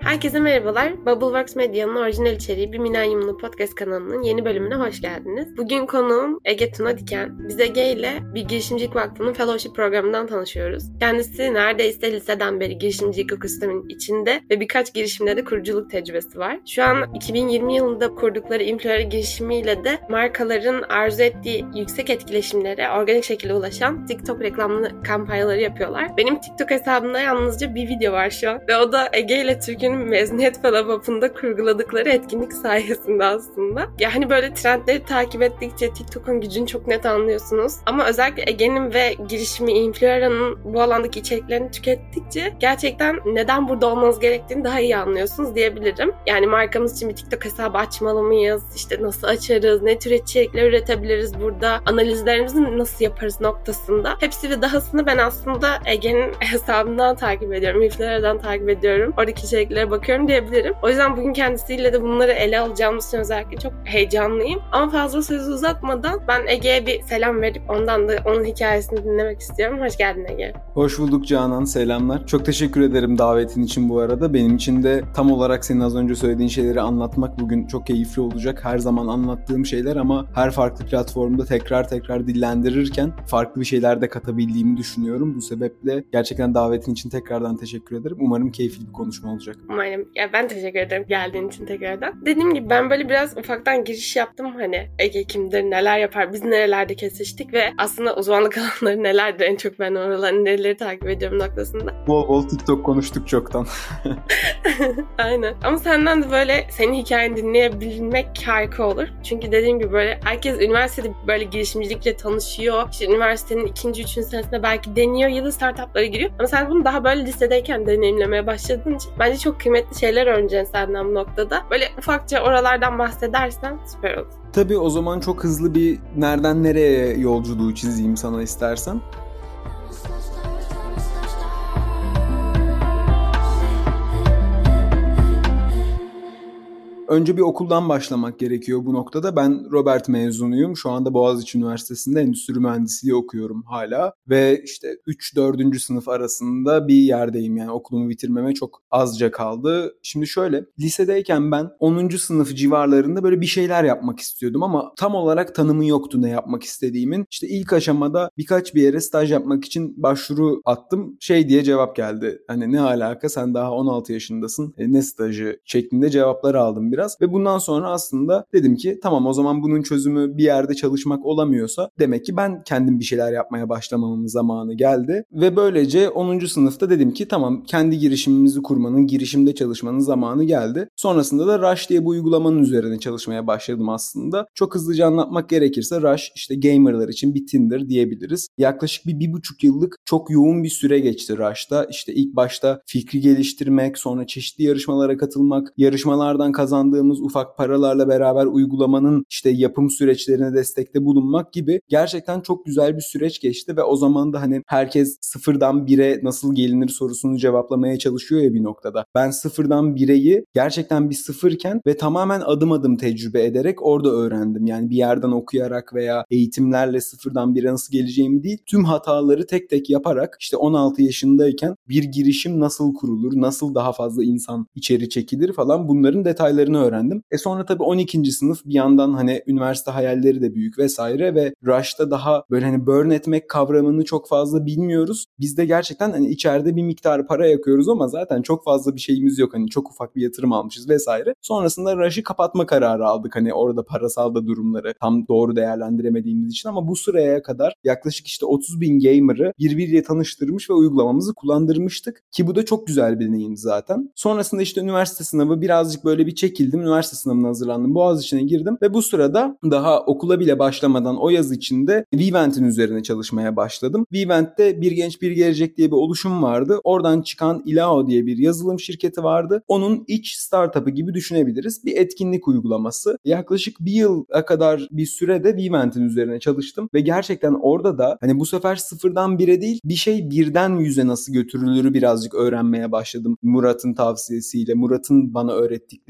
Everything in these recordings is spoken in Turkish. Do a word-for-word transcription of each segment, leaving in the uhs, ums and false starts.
Herkese merhabalar. Bubbleworks Medya'nın orijinal içeriği Bir Milenyumlu Podcast kanalının yeni bölümüne hoş geldiniz. Bugün konuğum Ege Tuna Diken. Biz Ege ile bir girişimcilik vakfının fellowship programından tanışıyoruz. Kendisi neredeyse liseden beri girişimcilik ekosistemin içinde ve birkaç girişimde de kuruculuk tecrübesi var. Şu an iki bin yirmi yılında kurdukları Influencer girişimiyle de markaların arzu ettiği yüksek etkileşimlere organik şekilde ulaşan TikTok reklamlı kampanyaları yapıyorlar. Benim TikTok hesabımda yalnızca bir video var şu an ve o da Ege ile Türkiye'nin mezuniyet falabapında kurguladıkları etkinlik sayesinde aslında. Yani böyle trendleri takip ettikçe TikTok'un gücünü çok net anlıyorsunuz. Ama özellikle Ege'nin ve girişimi Influencer'ın bu alandaki içeriklerini tükettikçe gerçekten neden burada olmanız gerektiğini daha iyi anlıyorsunuz diyebilirim. Yani markamız için bir TikTok hesabı açmalı mıyız? İşte nasıl açarız? Ne tür içerikler üretebiliriz burada? Analizlerimizi nasıl yaparız noktasında. Hepsi ve dahasını ben aslında Ege'nin hesabından takip ediyorum. Influencer'dan takip ediyorum. Oradaki içeriklere bakıyorum diyebilirim. O yüzden bugün kendisiyle de bunları ele alacağımız için özellikle çok heyecanlıyım. Ama fazla sözü uzatmadan ben Ege'ye bir selam verip ondan da onun hikayesini dinlemek istiyorum. Hoş geldin Ege. Hoş bulduk Canan, selamlar. Çok teşekkür ederim davetin için bu arada. Benim için de tam olarak senin az önce söylediğin şeyleri anlatmak bugün çok keyifli olacak. Her zaman anlattığım şeyler ama her farklı platformda tekrar tekrar dillendirirken farklı bir şeyler de katabildiğimi düşünüyorum. Bu sebeple gerçekten davetin için tekrardan teşekkür ederim. Umarım keyifli bir konuşma olacak. Umarım. Ya ben teşekkür ederim geldiğin için tekrardan. Dediğim gibi ben böyle biraz ufaktan giriş yaptım. Hani Ege kimdir, neler yapar, biz nerelerde kesiştik ve aslında uzmanlık alanları nelerdir, en çok ben oraları nereleri takip ediyorum noktasında. Bol bol TikTok konuştuk çoktan. Aynen. Ama senden de böyle senin hikayeni dinleyebilmek harika olur. Çünkü dediğim gibi böyle herkes üniversitede böyle girişimcilikle tanışıyor. İşte üniversitenin ikinci, üçüncü senesinde belki deniyor ya da startuplara giriyor. Ama sen bunu daha böyle lisedeyken deneyimlemeye başladığın için bence çok kıymetli şeyler öğreneceksin senden bu noktada. Böyle ufakça oralardan bahsedersen süper olur. Tabii o zaman çok hızlı bir nereden nereye yolculuğu çizeyim sana istersen. Önce bir okuldan başlamak gerekiyor bu noktada. Ben Robert mezunuyum. Şu anda Boğaziçi Üniversitesi'nde endüstri mühendisliği okuyorum hala. Ve işte üç dördüncü sınıf arasında bir yerdeyim. Yani okulumu bitirmeme çok azca kaldı. Şimdi şöyle, lisedeyken ben onuncu sınıf civarlarında böyle bir şeyler yapmak istiyordum ama tam olarak tanımı yoktu ne yapmak istediğimin. İşte ilk aşamada birkaç bir yere staj yapmak için başvuru attım. Şey diye cevap geldi. Hani ne alaka, sen daha on altı yaşındasın. E, ne stajı şeklinde cevaplar aldım biraz. Ve bundan sonra aslında dedim ki tamam, o zaman bunun çözümü bir yerde çalışmak olamıyorsa demek ki ben kendim bir şeyler yapmaya başlamamın zamanı geldi. Ve böylece onuncu sınıfta dedim ki tamam, kendi girişimimizi kurmanın, girişimde çalışmanın zamanı geldi. Sonrasında da Rush diye bu uygulamanın üzerine çalışmaya başladım aslında. Çok hızlıca anlatmak gerekirse Rush işte gamerlar için bir Tinder diyebiliriz. Yaklaşık bir bir buçuk yıllık çok yoğun bir süre geçti Rush'ta. İşte ilk başta fikri geliştirmek, sonra çeşitli yarışmalara katılmak, yarışmalardan kazandığımız ufak paralarla beraber uygulamanın işte yapım süreçlerine destekte bulunmak gibi gerçekten çok güzel bir süreç geçti ve o zaman da hani herkes sıfırdan bire nasıl gelinir sorusunu cevaplamaya çalışıyor ya bir noktada. Ben sıfırdan bireyi gerçekten bir sıfırken ve tamamen adım adım tecrübe ederek orada öğrendim. Yani bir yerden okuyarak veya eğitimlerle sıfırdan bire nasıl geleceğimi değil, tüm hataları tek tek yaparak işte on altı yaşındayken bir girişim nasıl kurulur, nasıl daha fazla insan içeri çekilir falan, bunların detaylarını öğrendim. E sonra tabii on ikinci sınıf bir yandan hani üniversite hayalleri de büyük vesaire ve Rush'ta daha böyle hani burn etmek kavramını çok fazla bilmiyoruz. Biz de gerçekten hani içeride bir miktar para yakıyoruz ama zaten çok fazla bir şeyimiz yok. Hani çok ufak bir yatırım almışız vesaire. Sonrasında Rush'ı kapatma kararı aldık. Hani orada parasal da durumları tam doğru değerlendiremediğimiz için ama bu sıraya kadar yaklaşık işte otuz bin gamer'ı birbiriyle tanıştırmış ve uygulamamızı kullandırmıştık. Ki bu da çok güzel bir deneyim zaten. Sonrasında işte üniversite sınavı birazcık böyle bir çekildim. Üniversite sınavına hazırlandım. Boğaziçi'ne girdim ve bu sırada daha okula bile başlamadan o yaz içinde Vivent'in üzerine çalışmaya başladım. Vivent'te Bir Genç Bir Gelecek diye bir oluşum vardı. Oradan çıkan Ilao diye bir yazılım şirketi vardı. Onun iç startup'ı gibi düşünebiliriz. Bir etkinlik uygulaması. Yaklaşık bir yıla kadar bir sürede Vivent'in üzerine çalıştım ve gerçekten orada da hani bu sefer sıfırdan bire değil, bir şey birden yüze nasıl götürülürü birazcık öğrenmeye başladım. Murat'ın tavsiyesiyle, Murat'ın bana öğrettikleriyle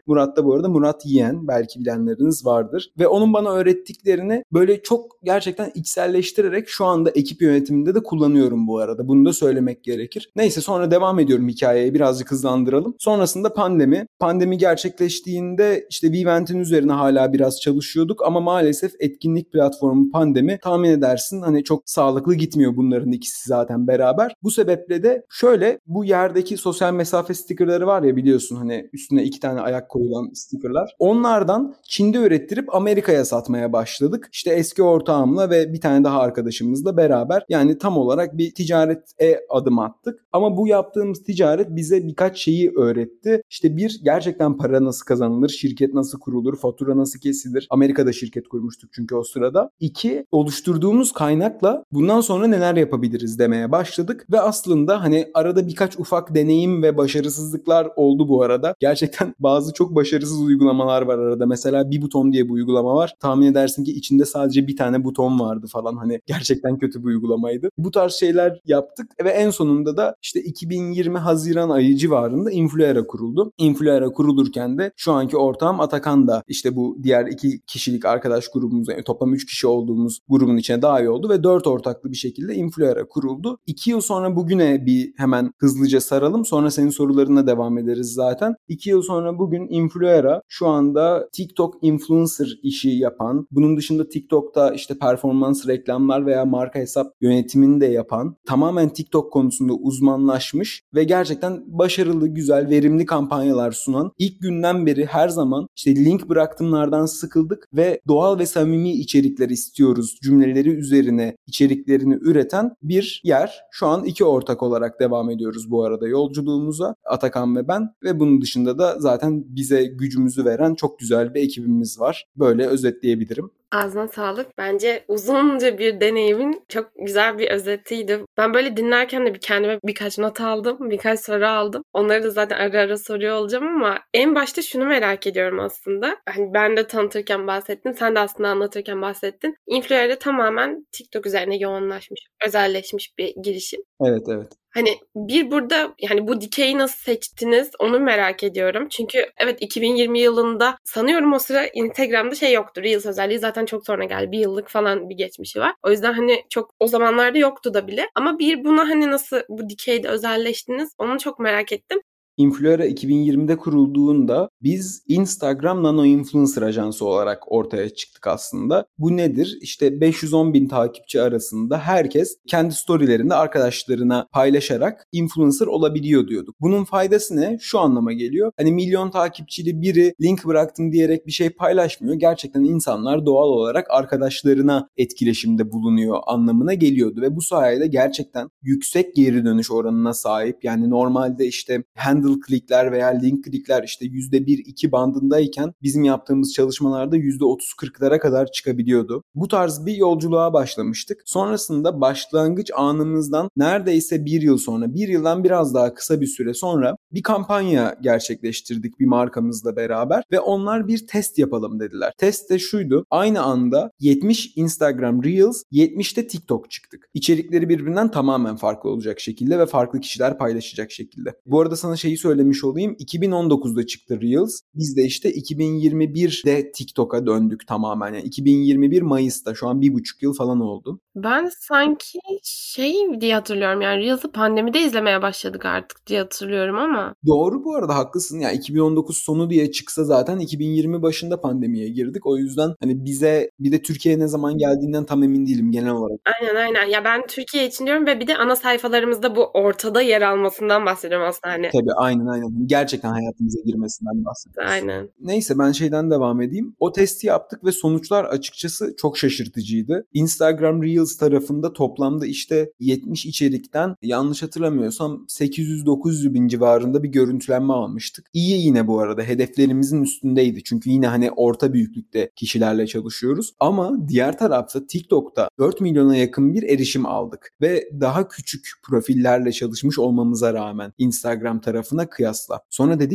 Murat da bu arada Murat Yiyen, belki bilenleriniz vardır. Ve onun bana öğrettiklerini böyle çok gerçekten içselleştirerek şu anda ekip yönetiminde de kullanıyorum bu arada. Bunu da söylemek gerekir. Neyse, sonra devam ediyorum hikayeye, birazcık hızlandıralım. Sonrasında pandemi. Pandemi gerçekleştiğinde işte Vivent'in üzerine hala biraz çalışıyorduk ama maalesef etkinlik platformu Pandemi, tahmin edersin hani çok sağlıklı gitmiyor bunların ikisi zaten beraber. Bu sebeple de şöyle, bu yerdeki sosyal mesafe stickerları var ya, biliyorsun hani üstüne iki tane ayak koyulan stickerlar. Onlardan Çin'de ürettirip Amerika'ya satmaya başladık. İşte eski ortağımla ve bir tane daha arkadaşımızla beraber, yani tam olarak bir ticarete adım attık. Ama bu yaptığımız ticaret bize birkaç şeyi öğretti. İşte bir, gerçekten para nasıl kazanılır, şirket nasıl kurulur, fatura nasıl kesilir. Amerika'da şirket kurmuştuk çünkü o sırada. İki, oluşturduğumuz kaynakla bundan sonra neler yapabiliriz demeye başladık ve aslında hani arada birkaç ufak deneyim ve başarısızlıklar oldu bu arada. Gerçekten bazı çok başarısız uygulamalar var arada. Mesela bir buton diye bir uygulama var. Tahmin edersin ki içinde sadece bir tane buton vardı falan. Hani gerçekten kötü bir uygulamaydı. Bu tarz şeyler yaptık ve en sonunda da işte iki bin yirmi Haziran ayı civarında Influera kuruldu. Influera kurulurken de şu anki ortağım Atakan da işte bu diğer iki kişilik arkadaş grubumuz, yani toplam üç kişi olduğumuz grubun içine dahil oldu ve dört ortaklı bir şekilde Influera kuruldu. iki yıl sonra bugüne bir hemen hızlıca saralım. Sonra senin sorularına devam ederiz zaten. iki yıl sonra bugün Influera şu anda TikTok influencer işi yapan, bunun dışında TikTok'ta işte performans reklamlar veya marka hesap yönetimini de yapan, tamamen TikTok konusunda uzmanlaşmış ve gerçekten başarılı, güzel, verimli kampanyalar sunan, ilk günden beri her zaman işte link bıraktımlardan sıkıldık ve doğal ve samimi içerikler istiyoruz cümleleri üzerine içeriklerini üreten bir yer. Şu an iki ortak olarak devam ediyoruz bu arada yolculuğumuza, Atakan ve ben, ve bunun dışında da zaten bize gücümüzü veren çok güzel bir ekibimiz var. Böyle özetleyebilirim. Ağzına sağlık. Bence uzunca bir deneyimin çok güzel bir özetiydi. Ben böyle dinlerken de bir kendime birkaç not aldım, birkaç soru aldım. Onları da zaten ara ara soruyor olacağım ama en başta şunu merak ediyorum aslında. Hani ben de tanıtırken bahsettin, sen de aslında anlatırken bahsettin. Influencer tamamen TikTok üzerine yoğunlaşmış, özelleşmiş bir girişim. Evet, evet. Hani bir burada yani bu dikeyi nasıl seçtiniz onu merak ediyorum. Çünkü evet iki bin yirmi yılında sanıyorum o sıra Instagram'da şey yoktu. Reels özelliği zaten çok sonra geldi. Bir yıllık falan bir geçmişi var. O yüzden hani çok o zamanlarda yoktu da bile. Ama bir buna hani nasıl bu dikeyde özelleştiniz onu çok merak ettim. Influera iki bin yirmide kurulduğunda biz Instagram Nano Influencer Ajansı olarak ortaya çıktık aslında. Bu nedir? İşte beş yüz on bin takipçi arasında herkes kendi storylerinde arkadaşlarına paylaşarak influencer olabiliyor diyorduk. Bunun faydası ne? Şu anlama geliyor. Hani milyon takipçili biri link bıraktım diyerek bir şey paylaşmıyor. Gerçekten insanlar doğal olarak arkadaşlarına etkileşimde bulunuyor anlamına geliyordu ve bu sayede gerçekten yüksek geri dönüş oranına sahip. Yani normalde işte handle clickler veya link clickler işte yüzde bir iki bandındayken bizim yaptığımız çalışmalarda yüzde otuz kırklara kadar çıkabiliyordu. Bu tarz bir yolculuğa başlamıştık. Sonrasında başlangıç anımızdan neredeyse bir yıl sonra, bir yıldan biraz daha kısa bir süre sonra bir kampanya gerçekleştirdik bir markamızla beraber ve onlar bir test yapalım dediler. Test de şuydu: aynı anda yetmiş Instagram Reels, yetmiş de TikTok çıktık. İçerikleri birbirinden tamamen farklı olacak şekilde ve farklı kişiler paylaşacak şekilde. Bu arada sana şeyi söylemiş olayım. iki bin on dokuzda çıktı Reels. Biz de işte iki bin yirmi birde TikTok'a döndük tamamen. Yani iki bin yirmi bir Mayıs'ta, şu an bir buçuk yıl falan oldu. Ben sanki şey diye hatırlıyorum, yani Reels'ı pandemide izlemeye başladık artık diye hatırlıyorum ama. Doğru, bu arada haklısın. Yani iki bin on dokuz sonu diye çıksa zaten iki bin yirmi başında pandemiye girdik. O yüzden hani bize bir de Türkiye'ye ne zaman geldiğinden tam emin değilim genel olarak. Aynen aynen. Ya ben Türkiye için diyorum ve bir de ana sayfalarımızda bu ortada yer almasından bahsediyorum aslında hani. Tabii aynen aynen. Gerçekten hayatımıza girmesinden bahsediyoruz. Aynen. Neyse, ben şeyden devam edeyim. O testi yaptık ve sonuçlar açıkçası çok şaşırtıcıydı. Instagram Reels tarafında toplamda işte yetmiş içerikten yanlış hatırlamıyorsam sekiz yüz dokuz yüz bin civarında bir görüntülenme almıştık. İyi yine bu arada, hedeflerimizin üstündeydi. Çünkü yine hani orta büyüklükte kişilerle çalışıyoruz. Ama diğer tarafta TikTok'ta dört milyona yakın bir erişim aldık. Ve daha küçük profillerle çalışmış olmamıza rağmen Instagram tarafına kıyasla. Sonra dedik ki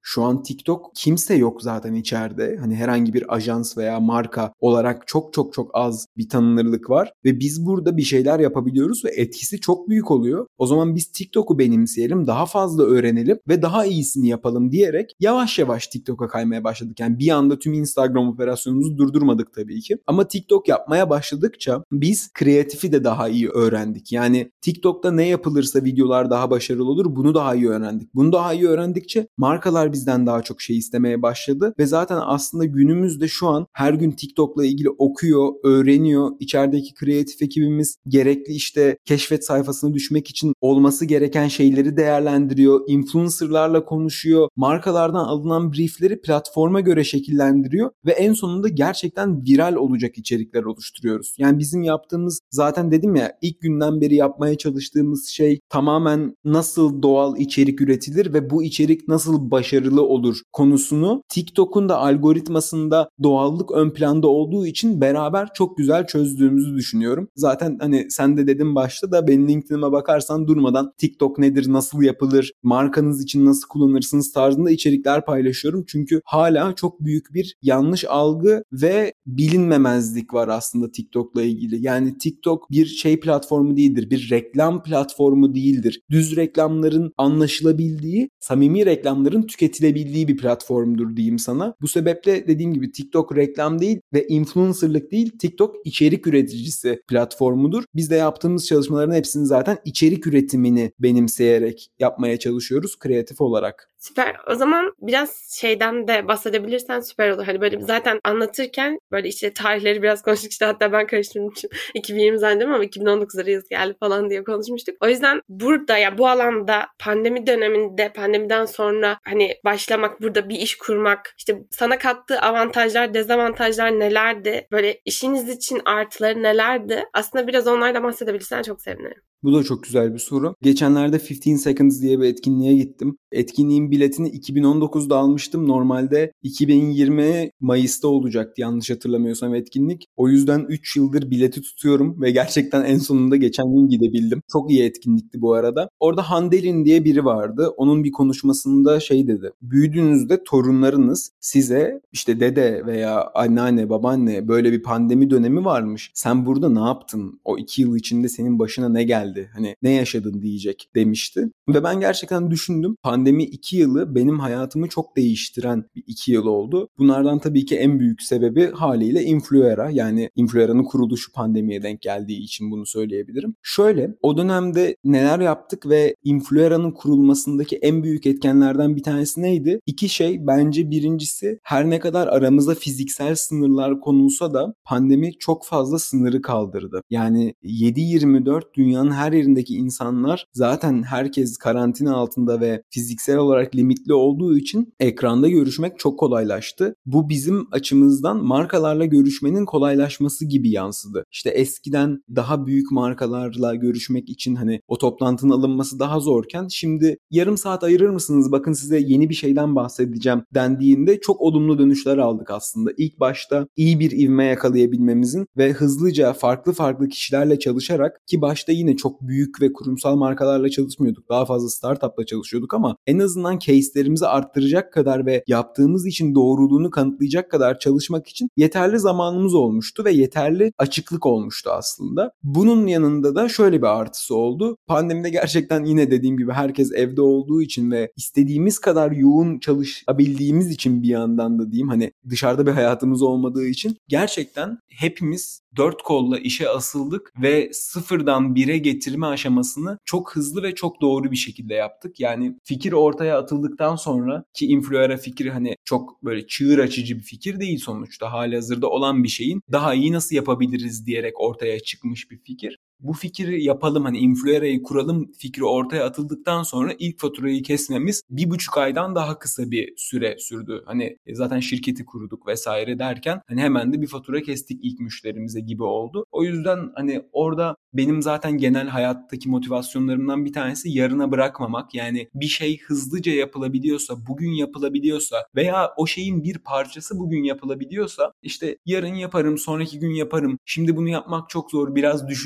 Şu an TikTok kimse yok zaten içeride. Hani herhangi bir ajans veya marka olarak çok çok çok az bir tanınırlık var ve biz burada bir şeyler yapabiliyoruz ve etkisi çok büyük oluyor. O zaman biz TikTok'u benimseyelim, daha fazla öğrenelim ve daha iyisini yapalım diyerek yavaş yavaş TikTok'a kaymaya başladık. Yani bir anda tüm Instagram operasyonumuzu durdurmadık tabii ki. Ama TikTok yapmaya başladıkça biz kreatifi de daha iyi öğrendik. Yani TikTok'ta ne yapılırsa videolar daha başarılı olur, bunu daha iyi öğrendik. Bunu daha iyi öğrendikçe markalar bizden daha çok şey istemeye başladı ve zaten aslında günümüzde şu an her gün TikTok'la ilgili okuyor, öğreniyor. İçerideki kreatif ekibimiz gerekli işte keşfet sayfasına düşmek için olması gereken şeyleri değerlendiriyor. Influencer'larla konuşuyor. Markalardan alınan briefleri platforma göre şekillendiriyor ve en sonunda gerçekten viral olacak içerikler oluşturuyoruz. Yani bizim yaptığımız, zaten dedim ya, ilk günden beri yapmaya çalıştığımız şey tamamen nasıl doğal içerik üretilir ve bu içerik nasıl başarılı olur konusunu TikTok'un da algoritmasında doğallık ön planda olduğu için beraber çok güzel çözdüğümüzü düşünüyorum. Zaten hani sen de dedin başta da, benim LinkedIn'ime bakarsan durmadan TikTok nedir, nasıl yapılır, markanız için nasıl kullanırsınız tarzında içerikler paylaşıyorum. Çünkü hala çok büyük bir yanlış algı ve bilinmemezlik var aslında TikTok'la ilgili. Yani TikTok bir şey platformu değildir, bir reklam platformu değildir. Düz reklamların anlaşılabildiği, samimi reklamların tüketilebildiği bir platformdur diyeyim sana. Bu sebeple dediğim gibi TikTok reklam değil ve influencerlık değil, TikTok içerik üreticisi platformudur. Biz de yaptığımız çalışmaların hepsini zaten içerik üretimini benimseyerek yapmaya çalışıyoruz kreatif olarak. Süper. O zaman biraz şeyden de bahsedebilirsen süper olur. Hani böyle zaten anlatırken böyle işte tarihleri biraz konuştuk, işte hatta ben karıştırmışım. iki bin yirmi zannediyorum ama iki bin on dokuzda yaz geldi falan diye konuşmuştuk. O yüzden burada ya bu alanda pandemi döneminde, pandemiden sonra hani başlamak, burada bir iş kurmak, işte sana kattığı avantajlar, dezavantajlar nelerdi? Böyle işiniz için artıları nelerdi? Aslında biraz onlardan bahsedebilirsen çok sevinirim. Bu da çok güzel bir soru. Geçenlerde on beş Seconds diye bir etkinliğe gittim. Etkinliğin biletini iki bin on dokuzda almıştım. Normalde iki bin yirmi Mayıs'ta olacaktı yanlış hatırlamıyorsam etkinlik. O yüzden üç yıldır bileti tutuyorum ve gerçekten en sonunda geçen gün gidebildim. Çok iyi etkinlikti bu arada. Orada Handelin diye biri vardı. Onun bir konuşmasında şey dedi. Büyüdüğünüzde torunlarınız size işte dede veya anneanne, babaanne böyle bir pandemi dönemi varmış. Sen burada ne yaptın? O iki yıl içinde senin başına ne geldi? Hani ne yaşadın diyecek demişti. Ve ben gerçekten düşündüm. Pandemi iki yılı benim hayatımı çok değiştiren bir iki yıl oldu. Bunlardan tabii ki en büyük sebebi haliyle Influera. Yani Influera'nın kuruluşu pandemiye denk geldiği için bunu söyleyebilirim. Şöyle, o dönemde neler yaptık ve Influera'nın kurulmasındaki en büyük etkenlerden bir tanesi neydi? İki şey bence. Birincisi, her ne kadar aramızda fiziksel sınırlar konulsa da pandemi çok fazla sınırı kaldırdı. Yani yedi yirmi dört dünyanın her yerindeki insanlar, zaten herkes karantina altında ve fiziksel olarak limitli olduğu için ekranda görüşmek çok kolaylaştı. Bu bizim açımızdan markalarla görüşmenin kolaylaşması gibi yansıdı. İşte eskiden daha büyük markalarla görüşmek için hani o toplantının alınması daha zorken, şimdi yarım saat ayırır mısınız, bakın size yeni bir şeyden bahsedeceğim dendiğinde çok olumlu dönüşler aldık aslında. İlk başta iyi bir ivme yakalayabilmemizin ve hızlıca farklı farklı kişilerle çalışarak, ki başta yine çok büyük ve kurumsal markalarla çalışmıyorduk. Daha fazla startupla çalışıyorduk ama en azından case'lerimizi arttıracak kadar ve yaptığımız için doğruluğunu kanıtlayacak kadar çalışmak için yeterli zamanımız olmuştu ve yeterli açıklık olmuştu aslında. Bunun yanında da şöyle bir artısı oldu. Pandemide gerçekten yine dediğim gibi herkes evde olduğu için ve istediğimiz kadar yoğun çalışabildiğimiz için, bir yandan da diyeyim, hani dışarıda bir hayatımız olmadığı için gerçekten hepimiz dört kolla işe asıldık ve sıfırdan bire getirme aşamasını çok hızlı ve çok doğru bir şekilde yaptık. Yani fikir ortaya atıldıktan sonra, ki Influera fikri hani çok böyle çığır açıcı bir fikir değil sonuçta, halihazırda olan bir şeyin daha iyi nasıl yapabiliriz diyerek ortaya çıkmış bir fikir. Bu fikri yapalım, hani Influera'yı kuralım fikri ortaya atıldıktan sonra ilk faturayı kesmemiz bir buçuk aydan daha kısa bir süre sürdü. Hani zaten şirketi kurduk vesaire derken hani hemen de bir fatura kestik ilk müşterimize gibi oldu. O yüzden hani orada benim zaten genel hayattaki motivasyonlarımdan bir tanesi yarına bırakmamak. Yani bir şey hızlıca yapılabiliyorsa, bugün yapılabiliyorsa veya o şeyin bir parçası bugün yapılabiliyorsa, işte yarın yaparım, sonraki gün yaparım, şimdi bunu yapmak çok zor, biraz düşüneyim gibi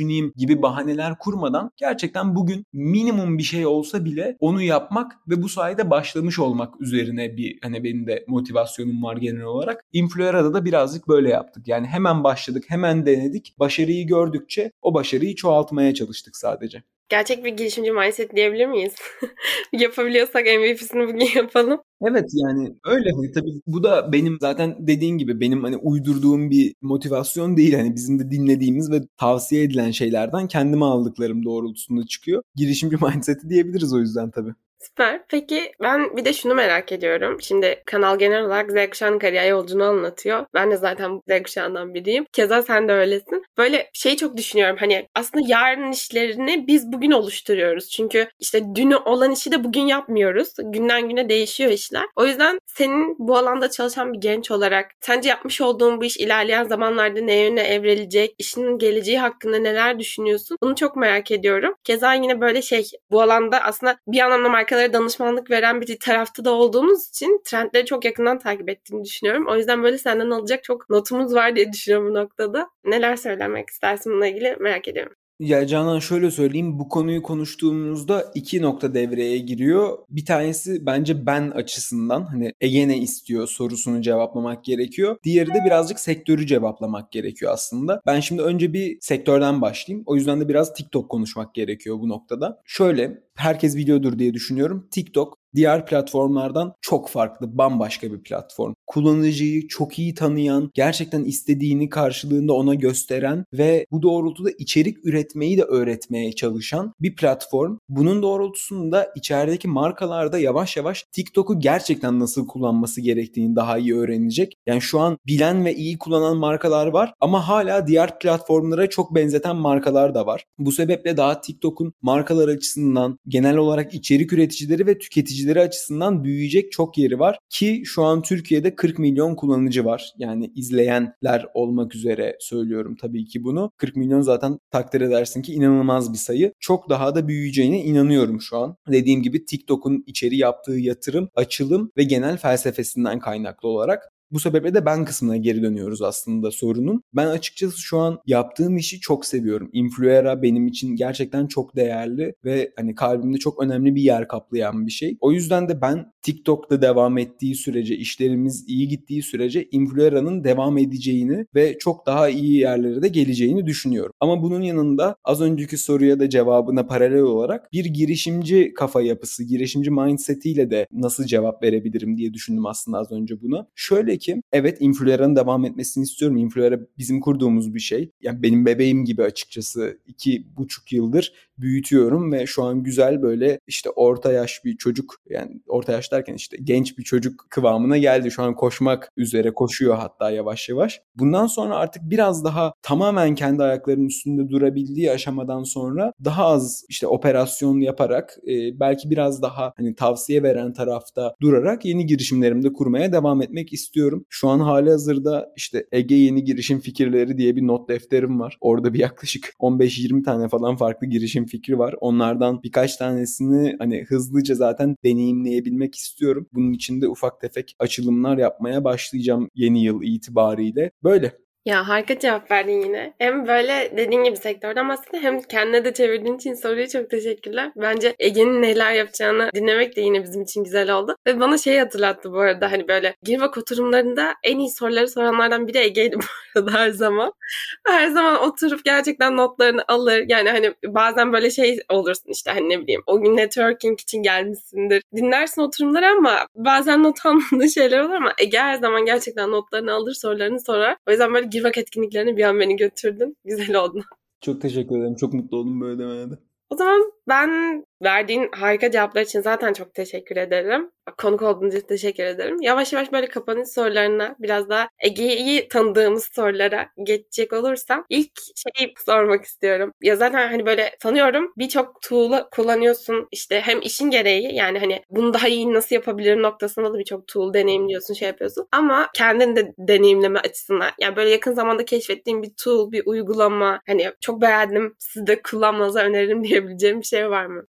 gibi bahaneler kurmadan gerçekten bugün minimum bir şey olsa bile onu yapmak ve bu sayede başlamış olmak üzerine bir hani benim de motivasyonum var genel olarak. Influera'da da birazcık böyle yaptık. Yani hemen başladık, hemen denedik. Başarıyı gördükçe o başarıyı çoğaltmaya çalıştık sadece. Gerçek bir girişimci mindset diyebilir miyiz? Yapabiliyorsak M V P'sini bugün yapalım. Evet yani öyle hani tabii bu da benim zaten dediğin gibi benim hani uydurduğum bir motivasyon değil. Hani bizim de dinlediğimiz ve tavsiye edilen şeylerden kendime aldıklarım doğrultusunda çıkıyor. Girişimci mindset'i diyebiliriz o yüzden tabii. Süper. Peki ben bir de şunu merak ediyorum. Şimdi kanal genel olarak Z kuşağının kariyer yolculuğunu anlatıyor. Ben de zaten Z kuşağından biriyim. Keza sen de öylesin. Böyle şeyi çok düşünüyorum. Hani aslında yarın işlerini biz bugün oluşturuyoruz. Çünkü işte dün olan işi de bugün yapmıyoruz. Günden güne değişiyor işler. O yüzden senin bu alanda çalışan bir genç olarak sence yapmış olduğun bu iş ilerleyen zamanlarda ne yöne evrilecek? İşinin geleceği hakkında neler düşünüyorsun? Bunu çok merak ediyorum. Keza yine böyle şey bu alanda aslında bir anlamda marka danışmanlık veren bir tarafta da olduğumuz için trendleri çok yakından takip ettiğini düşünüyorum. O yüzden böyle senden alacak çok notumuz var diye düşünüyorum bu noktada. Neler söylemek istersin bununla ilgili merak ediyorum. Ya Canan şöyle söyleyeyim, bu konuyu konuştuğumuzda iki nokta devreye giriyor. Bir tanesi bence ben açısından hani Ege ne istiyor sorusunu cevaplamak gerekiyor. Diğeri de birazcık sektörü cevaplamak gerekiyor aslında. Ben şimdi önce bir sektörden başlayayım. O yüzden de biraz TikTok konuşmak gerekiyor bu noktada. Şöyle, herkes biliyordur diye düşünüyorum. TikTok diğer platformlardan çok farklı, bambaşka bir platform. Kullanıcıyı çok iyi tanıyan, gerçekten istediğini karşılığında ona gösteren ve bu doğrultuda içerik üretmeyi de öğretmeye çalışan bir platform. Bunun doğrultusunda içerideki markalar da yavaş yavaş TikTok'u gerçekten nasıl kullanması gerektiğini daha iyi öğrenecek. Yani şu an bilen ve iyi kullanan markalar var ama hala diğer platformlara çok benzeten markalar da var. Bu sebeple daha TikTok'un markalar açısından, genel olarak içerik üreticileri ve tüketicileri açısından büyüyecek çok yeri var ki şu an Türkiye'de kırk milyon kullanıcı var. Yani izleyenler olmak üzere söylüyorum tabii ki bunu. kırk milyon zaten takdir edersin ki inanılmaz bir sayı. Çok daha da büyüyeceğine inanıyorum şu an. Dediğim gibi TikTok'un içeri yaptığı yatırım, açılım ve genel felsefesinden kaynaklı olarak. Bu sebeple de ben kısmına geri dönüyoruz aslında sorunun. Ben açıkçası şu an yaptığım işi çok seviyorum. Influera benim için gerçekten çok değerli ve hani kalbimde çok önemli bir yer kaplayan bir şey. O yüzden de ben TikTok'ta devam ettiği sürece, işlerimiz iyi gittiği sürece Influera'nın devam edeceğini ve çok daha iyi yerlere de geleceğini düşünüyorum. Ama bunun yanında az önceki soruya da cevabına paralel olarak bir girişimci kafa yapısı, girişimci mindsetiyle de nasıl cevap verebilirim diye düşündüm aslında az önce buna. Şöyle ki evet, Influera'nın devam etmesini istiyorum. Influera bizim kurduğumuz bir şey. Yani benim bebeğim gibi açıkçası iki buçuk yıldır büyütüyorum ve şu an güzel böyle işte orta yaş bir çocuk, yani orta yaş derken işte genç bir çocuk kıvamına geldi. Şu an koşmak üzere, koşuyor hatta yavaş yavaş. Bundan sonra artık biraz daha tamamen kendi ayaklarının üstünde durabildiği aşamadan sonra daha az işte operasyon yaparak e, belki biraz daha hani tavsiye veren tarafta durarak yeni girişimlerimde kurmaya devam etmek istiyorum. Şu an halihazırda işte Ege Yeni Girişim Fikirleri diye bir not defterim var. Orada bir yaklaşık on beş yirmi tane falan farklı girişim fikri var. Onlardan birkaç tanesini hani hızlıca zaten deneyimleyebilmek istiyorum. Bunun için de ufak tefek açılımlar yapmaya başlayacağım yeni yıl itibariyle. Böyle. Ya harika cevap verdin yine. Hem böyle dediğin gibi sektörden bahsettin hem kendine de çevirdiğin için soruyu çok teşekkürler. Bence Ege'nin neler yapacağını dinlemek de yine bizim için güzel oldu. Ve bana şey hatırlattı bu arada, hani böyle Girvak oturumlarında en iyi soruları soranlardan biri Ege'ydi bu arada her zaman. Her zaman oturup gerçekten notlarını alır. Yani hani bazen böyle şey olursun işte hani ne bileyim o gün networking için gelmişsindir. Dinlersin oturumları ama bazen not almadığın şeyler olur ama Ege her zaman gerçekten notlarını alır, sorularını sorar. O yüzden böyle Girvak etkinliklerine bir an beni götürdün. Güzel oldu. Çok teşekkür ederim. Çok mutlu oldum böyle demeye de. O zaman ben verdiğin harika cevaplar için zaten çok teşekkür ederim. Konuk olduğunuz için teşekkür ederim. Yavaş yavaş böyle kapanış sorularına, biraz daha Ege'yi tanıdığımız sorulara geçecek olursam ilk şeyi sormak istiyorum. Ya zaten hani böyle sanıyorum birçok tool'u kullanıyorsun. İşte hem işin gereği, yani hani bunu daha iyi nasıl yapabilirim noktasında da birçok tool deneyimliyorsun, şey yapıyorsun. Ama kendini de deneyimleme açısından, yani böyle yakın zamanda keşfettiğim bir tool, bir uygulama, hani çok beğendim, siz de kullanmanızı öneririm diyebileceğim bir şey var mı?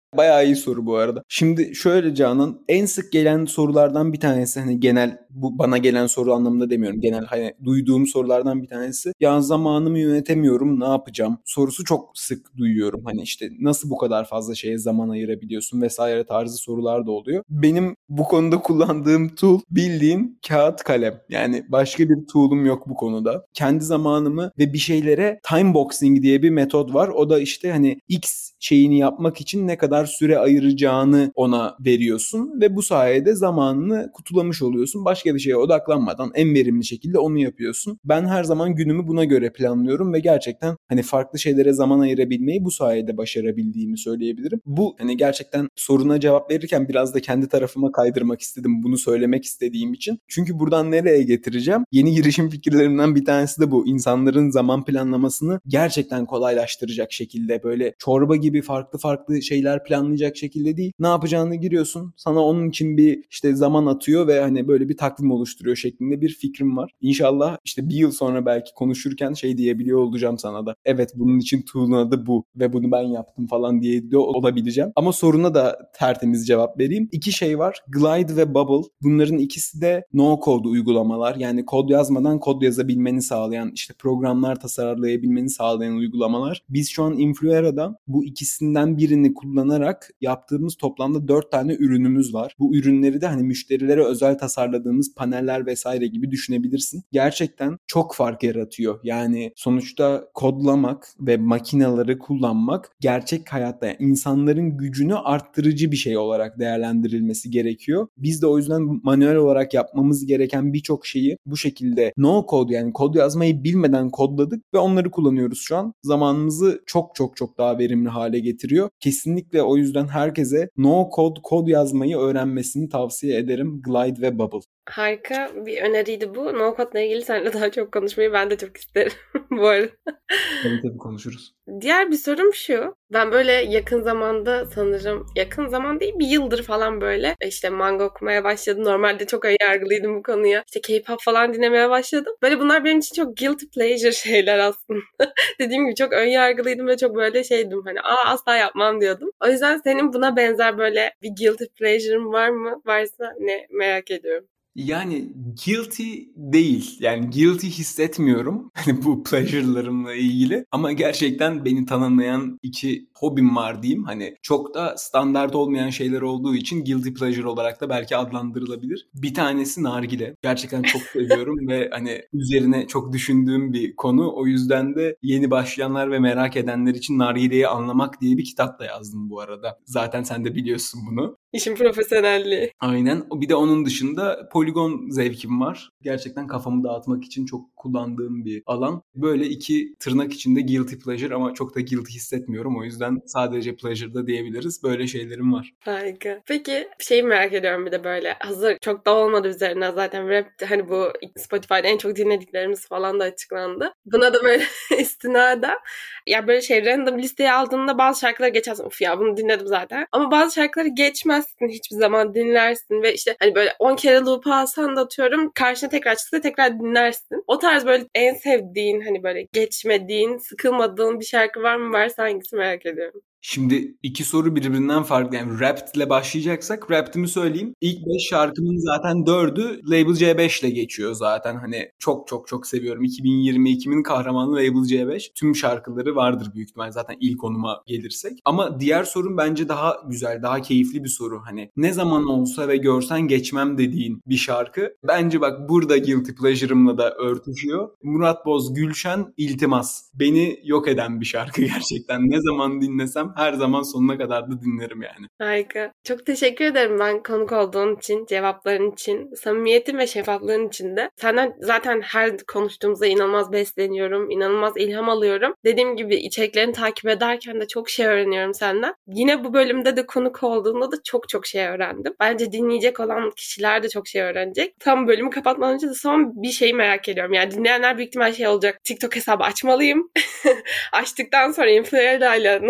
Bayağı iyi soru bu arada. Şimdi şöyle Canan, en sık gelen sorulardan bir tanesi, hani genel, bu bana gelen soru anlamında demiyorum. Genel hani duyduğum sorulardan bir tanesi. Ya zamanımı yönetemiyorum, ne yapacağım? Sorusu çok sık duyuyorum. Hani işte nasıl bu kadar fazla şeye zaman ayırabiliyorsun vesaire tarzı sorular da oluyor. Benim bu konuda kullandığım tool bildiğin kağıt kalem. Yani başka bir tool'um yok bu konuda. Kendi zamanımı ve bir şeylere time boxing diye bir metot var. O da işte hani X şeyini yapmak için ne kadar süre ayıracağını ona veriyorsun ve bu sayede zamanını kutulamış oluyorsun. Başka bir şeye odaklanmadan en verimli şekilde onu yapıyorsun. Ben her zaman günümü buna göre planlıyorum ve gerçekten hani farklı şeylere zaman ayırabilmeyi bu sayede başarabildiğimi söyleyebilirim. Bu hani gerçekten soruna cevap verirken biraz da kendi tarafıma kaydırmak istedim, bunu söylemek istediğim için. Çünkü buradan nereye getireceğim? Yeni girişim fikirlerimden bir tanesi de bu. İnsanların zaman planlamasını gerçekten kolaylaştıracak şekilde, böyle çorba gibi farklı farklı şeyler planlayacak şekilde değil. Ne yapacağını giriyorsun. Sana onun için bir işte zaman atıyor ve hani böyle bir takvim oluşturuyor şeklinde bir fikrim var. İnşallah işte bir yıl sonra belki konuşurken şey diyebiliyor olacağım sana da. Evet, bunun için tool'un adı bu ve bunu ben yaptım falan diye de olabileceğim. Ama soruna da tertemiz cevap vereyim. İki şey var. Glide ve Bubble. Bunların ikisi de no code uygulamalar. Yani kod yazmadan kod yazabilmeni sağlayan, işte programlar tasarlayabilmeni sağlayan uygulamalar. Biz şu an Influera'da bu ikisinden birini kullanarak yaptığımız toplamda dört tane ürünümüz var. Bu ürünleri de hani müşterilere özel tasarladığımız paneller vesaire gibi düşünebilirsin. Gerçekten çok fark yaratıyor. Yani sonuçta kodlamak ve makineleri kullanmak gerçek hayatta yani insanların gücünü arttırıcı bir şey olarak değerlendirilmesi gerekiyor. Biz de o yüzden manuel olarak yapmamız gereken birçok şeyi bu şekilde no code, yani kod yazmayı bilmeden kodladık ve onları kullanıyoruz şu an. Zamanımızı çok çok çok daha verimli hale getiriyor. Kesinlikle o yüzden herkese no code kod yazmayı öğrenmesini tavsiye ederim. Glide ve Bubble. Harika bir öneriydi bu. No Code'la ilgili seninle daha çok konuşmayı ben de çok isterim bu arada. Tabii tabii konuşuruz. Diğer bir sorum şu. Ben böyle yakın zamanda, sanırım yakın zaman değil bir yıldır falan böyle işte manga okumaya başladım. Normalde çok önyargılıydım bu konuya. İşte K-pop falan dinlemeye başladım. Böyle bunlar benim için çok guilty pleasure şeyler aslında. Dediğim gibi çok önyargılıydım ve çok böyle şeydim, hani aa asla yapmam diyordum. O yüzden senin buna benzer böyle bir guilty pleasure'ın var mı? Varsa ne, merak ediyorum. Yani guilty değil. Yani guilty hissetmiyorum hani bu pleasure'larımla ilgili. Ama gerçekten beni tanımlayan iki hobim var diyeyim. Hani çok da standart olmayan şeyler olduğu için guilty pleasure olarak da belki adlandırılabilir. Bir tanesi nargile. Gerçekten çok seviyorum ve hani üzerine çok düşündüğüm bir konu. O yüzden de yeni başlayanlar ve merak edenler için nargileyi anlamak diye bir kitap da yazdım bu arada. Zaten sen de biliyorsun bunu. İşin profesyonelliği. Aynen. Bir de onun dışında poligon zevkim var. Gerçekten kafamı dağıtmak için çok kullandığım bir alan. Böyle iki tırnak içinde guilty pleasure ama çok da guilty hissetmiyorum. O yüzden sadece pleasure da diyebiliriz. Böyle şeylerim var. Harika. Peki şeyi merak ediyorum bir de böyle. Hazır çok da olmadı üzerine zaten rap, hani bu Spotify'da en çok dinlediklerimiz falan da açıklandı. Buna da böyle istinaden ya böyle şey random listeye aldığında bazı şarkıları geçersin. Of ya bunu dinledim zaten. Ama bazı şarkıları geçmezsin hiçbir zaman, dinlersin ve işte hani böyle on kere loop'a alsan da atıyorum karşına tekrar çıksa tekrar dinlersin. O tarz böyle en sevdiğin, hani böyle geçmediğin, sıkılmadığın bir şarkı var mı? Varsa hangisi, merak ediyorum. Şimdi iki soru birbirinden farklı. Yani rap ile başlayacaksak rap'imi söyleyeyim. İlk beş şarkımın zaten dördü Label C beş ile geçiyor zaten. Hani çok çok çok seviyorum. iki bin yirmi ikinin kahramanı Label C beş. Tüm şarkıları vardır büyük ihtimal zaten ilk onuma gelirsek. Ama diğer sorun bence daha güzel, daha keyifli bir soru. Hani ne zaman olsa ve görsen geçmem dediğin bir şarkı. Bence bak burada guilty pleasure'ımla da örtüşüyor. Murat Boz, Gülşen, İltimas. Beni yok eden bir şarkı gerçekten. Ne zaman dinlesem her zaman sonuna kadar da dinlerim yani. Harika. Çok teşekkür ederim ben konuk olduğun için, cevapların için, samimiyetin ve şeffaflığın için de. Senden zaten her konuştuğumuzda inanılmaz besleniyorum, inanılmaz ilham alıyorum. Dediğim gibi içeriklerini takip ederken de çok şey öğreniyorum senden. Yine bu bölümde de konuk olduğunda da çok çok şey öğrendim. Bence dinleyecek olan kişiler de çok şey öğrenecek. Tam bölümü kapatmadan önce de son bir şey merak ediyorum. Yani dinleyenler büyük ihtimal şey olacak. TikTok hesabı açmalıyım. Açtıktan sonra Influencer'la nasıl bir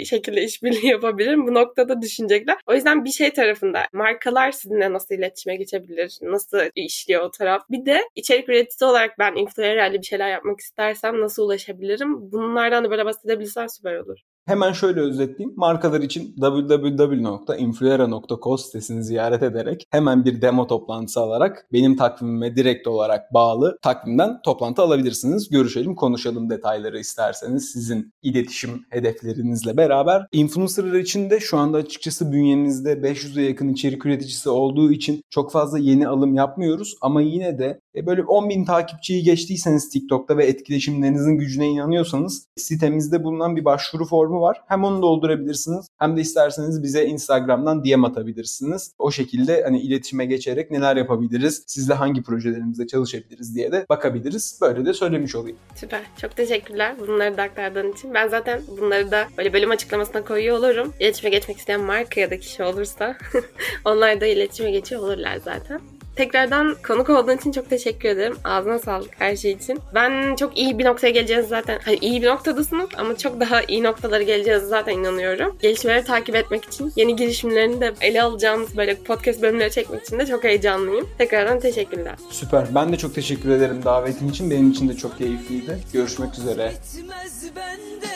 bir şekilde işbirliği yapabilirim. Bu noktada düşünecekler. O yüzden bir şey tarafında markalar sizinle nasıl iletişime geçebilir? Nasıl işliyor o taraf? Bir de içerik üreticisi olarak ben influencer'le bir şeyler yapmak istersem nasıl ulaşabilirim? Bunlardan da böyle bahsedebilirsen süper olur. Hemen şöyle özetleyeyim. Markalar için double-u double-u double-u nokta influera nokta co sitesini ziyaret ederek hemen bir demo toplantısı alarak benim takvimime direkt olarak bağlı takvimden toplantı alabilirsiniz. Görüşelim, konuşalım detayları isterseniz sizin iletişim hedeflerinizle beraber. Influencerlar için de şu anda açıkçası bünyemizde beş yüze yakın içerik üreticisi olduğu için çok fazla yeni alım yapmıyoruz. Ama yine de böyle on bin takipçiyi geçtiyseniz TikTok'ta ve etkileşimlerinizin gücüne inanıyorsanız sitemizde bulunan bir başvuru formu var. Hem onu doldurabilirsiniz hem de isterseniz bize Instagram'dan D M atabilirsiniz. O şekilde hani iletişime geçerek neler yapabiliriz, sizle hangi projelerimizde çalışabiliriz diye de bakabiliriz. Böyle de söylemiş olayım. Süper. Çok teşekkürler bunları da aktardığın için. Ben zaten bunları da böyle bölüm açıklamasına koyuyor olurum. İletişime geçmek isteyen marka ya da kişi olursa onlar da iletişime geçiyor olurlar zaten. Tekrardan konuk olduğun için çok teşekkür ederim. Ağzına sağlık her şey için. Ben çok iyi bir noktaya geleceğiniz zaten. Hani iyi bir noktadasınız ama çok daha iyi noktalara geleceğiniz zaten inanıyorum. Gelişmeleri takip etmek için, yeni girişimlerini de ele alacağımız böyle podcast bölümleri çekmek için de çok heyecanlıyım. Tekrardan teşekkürler. Süper. Ben de çok teşekkür ederim davetin için. Benim için de çok keyifliydi. Görüşmek üzere.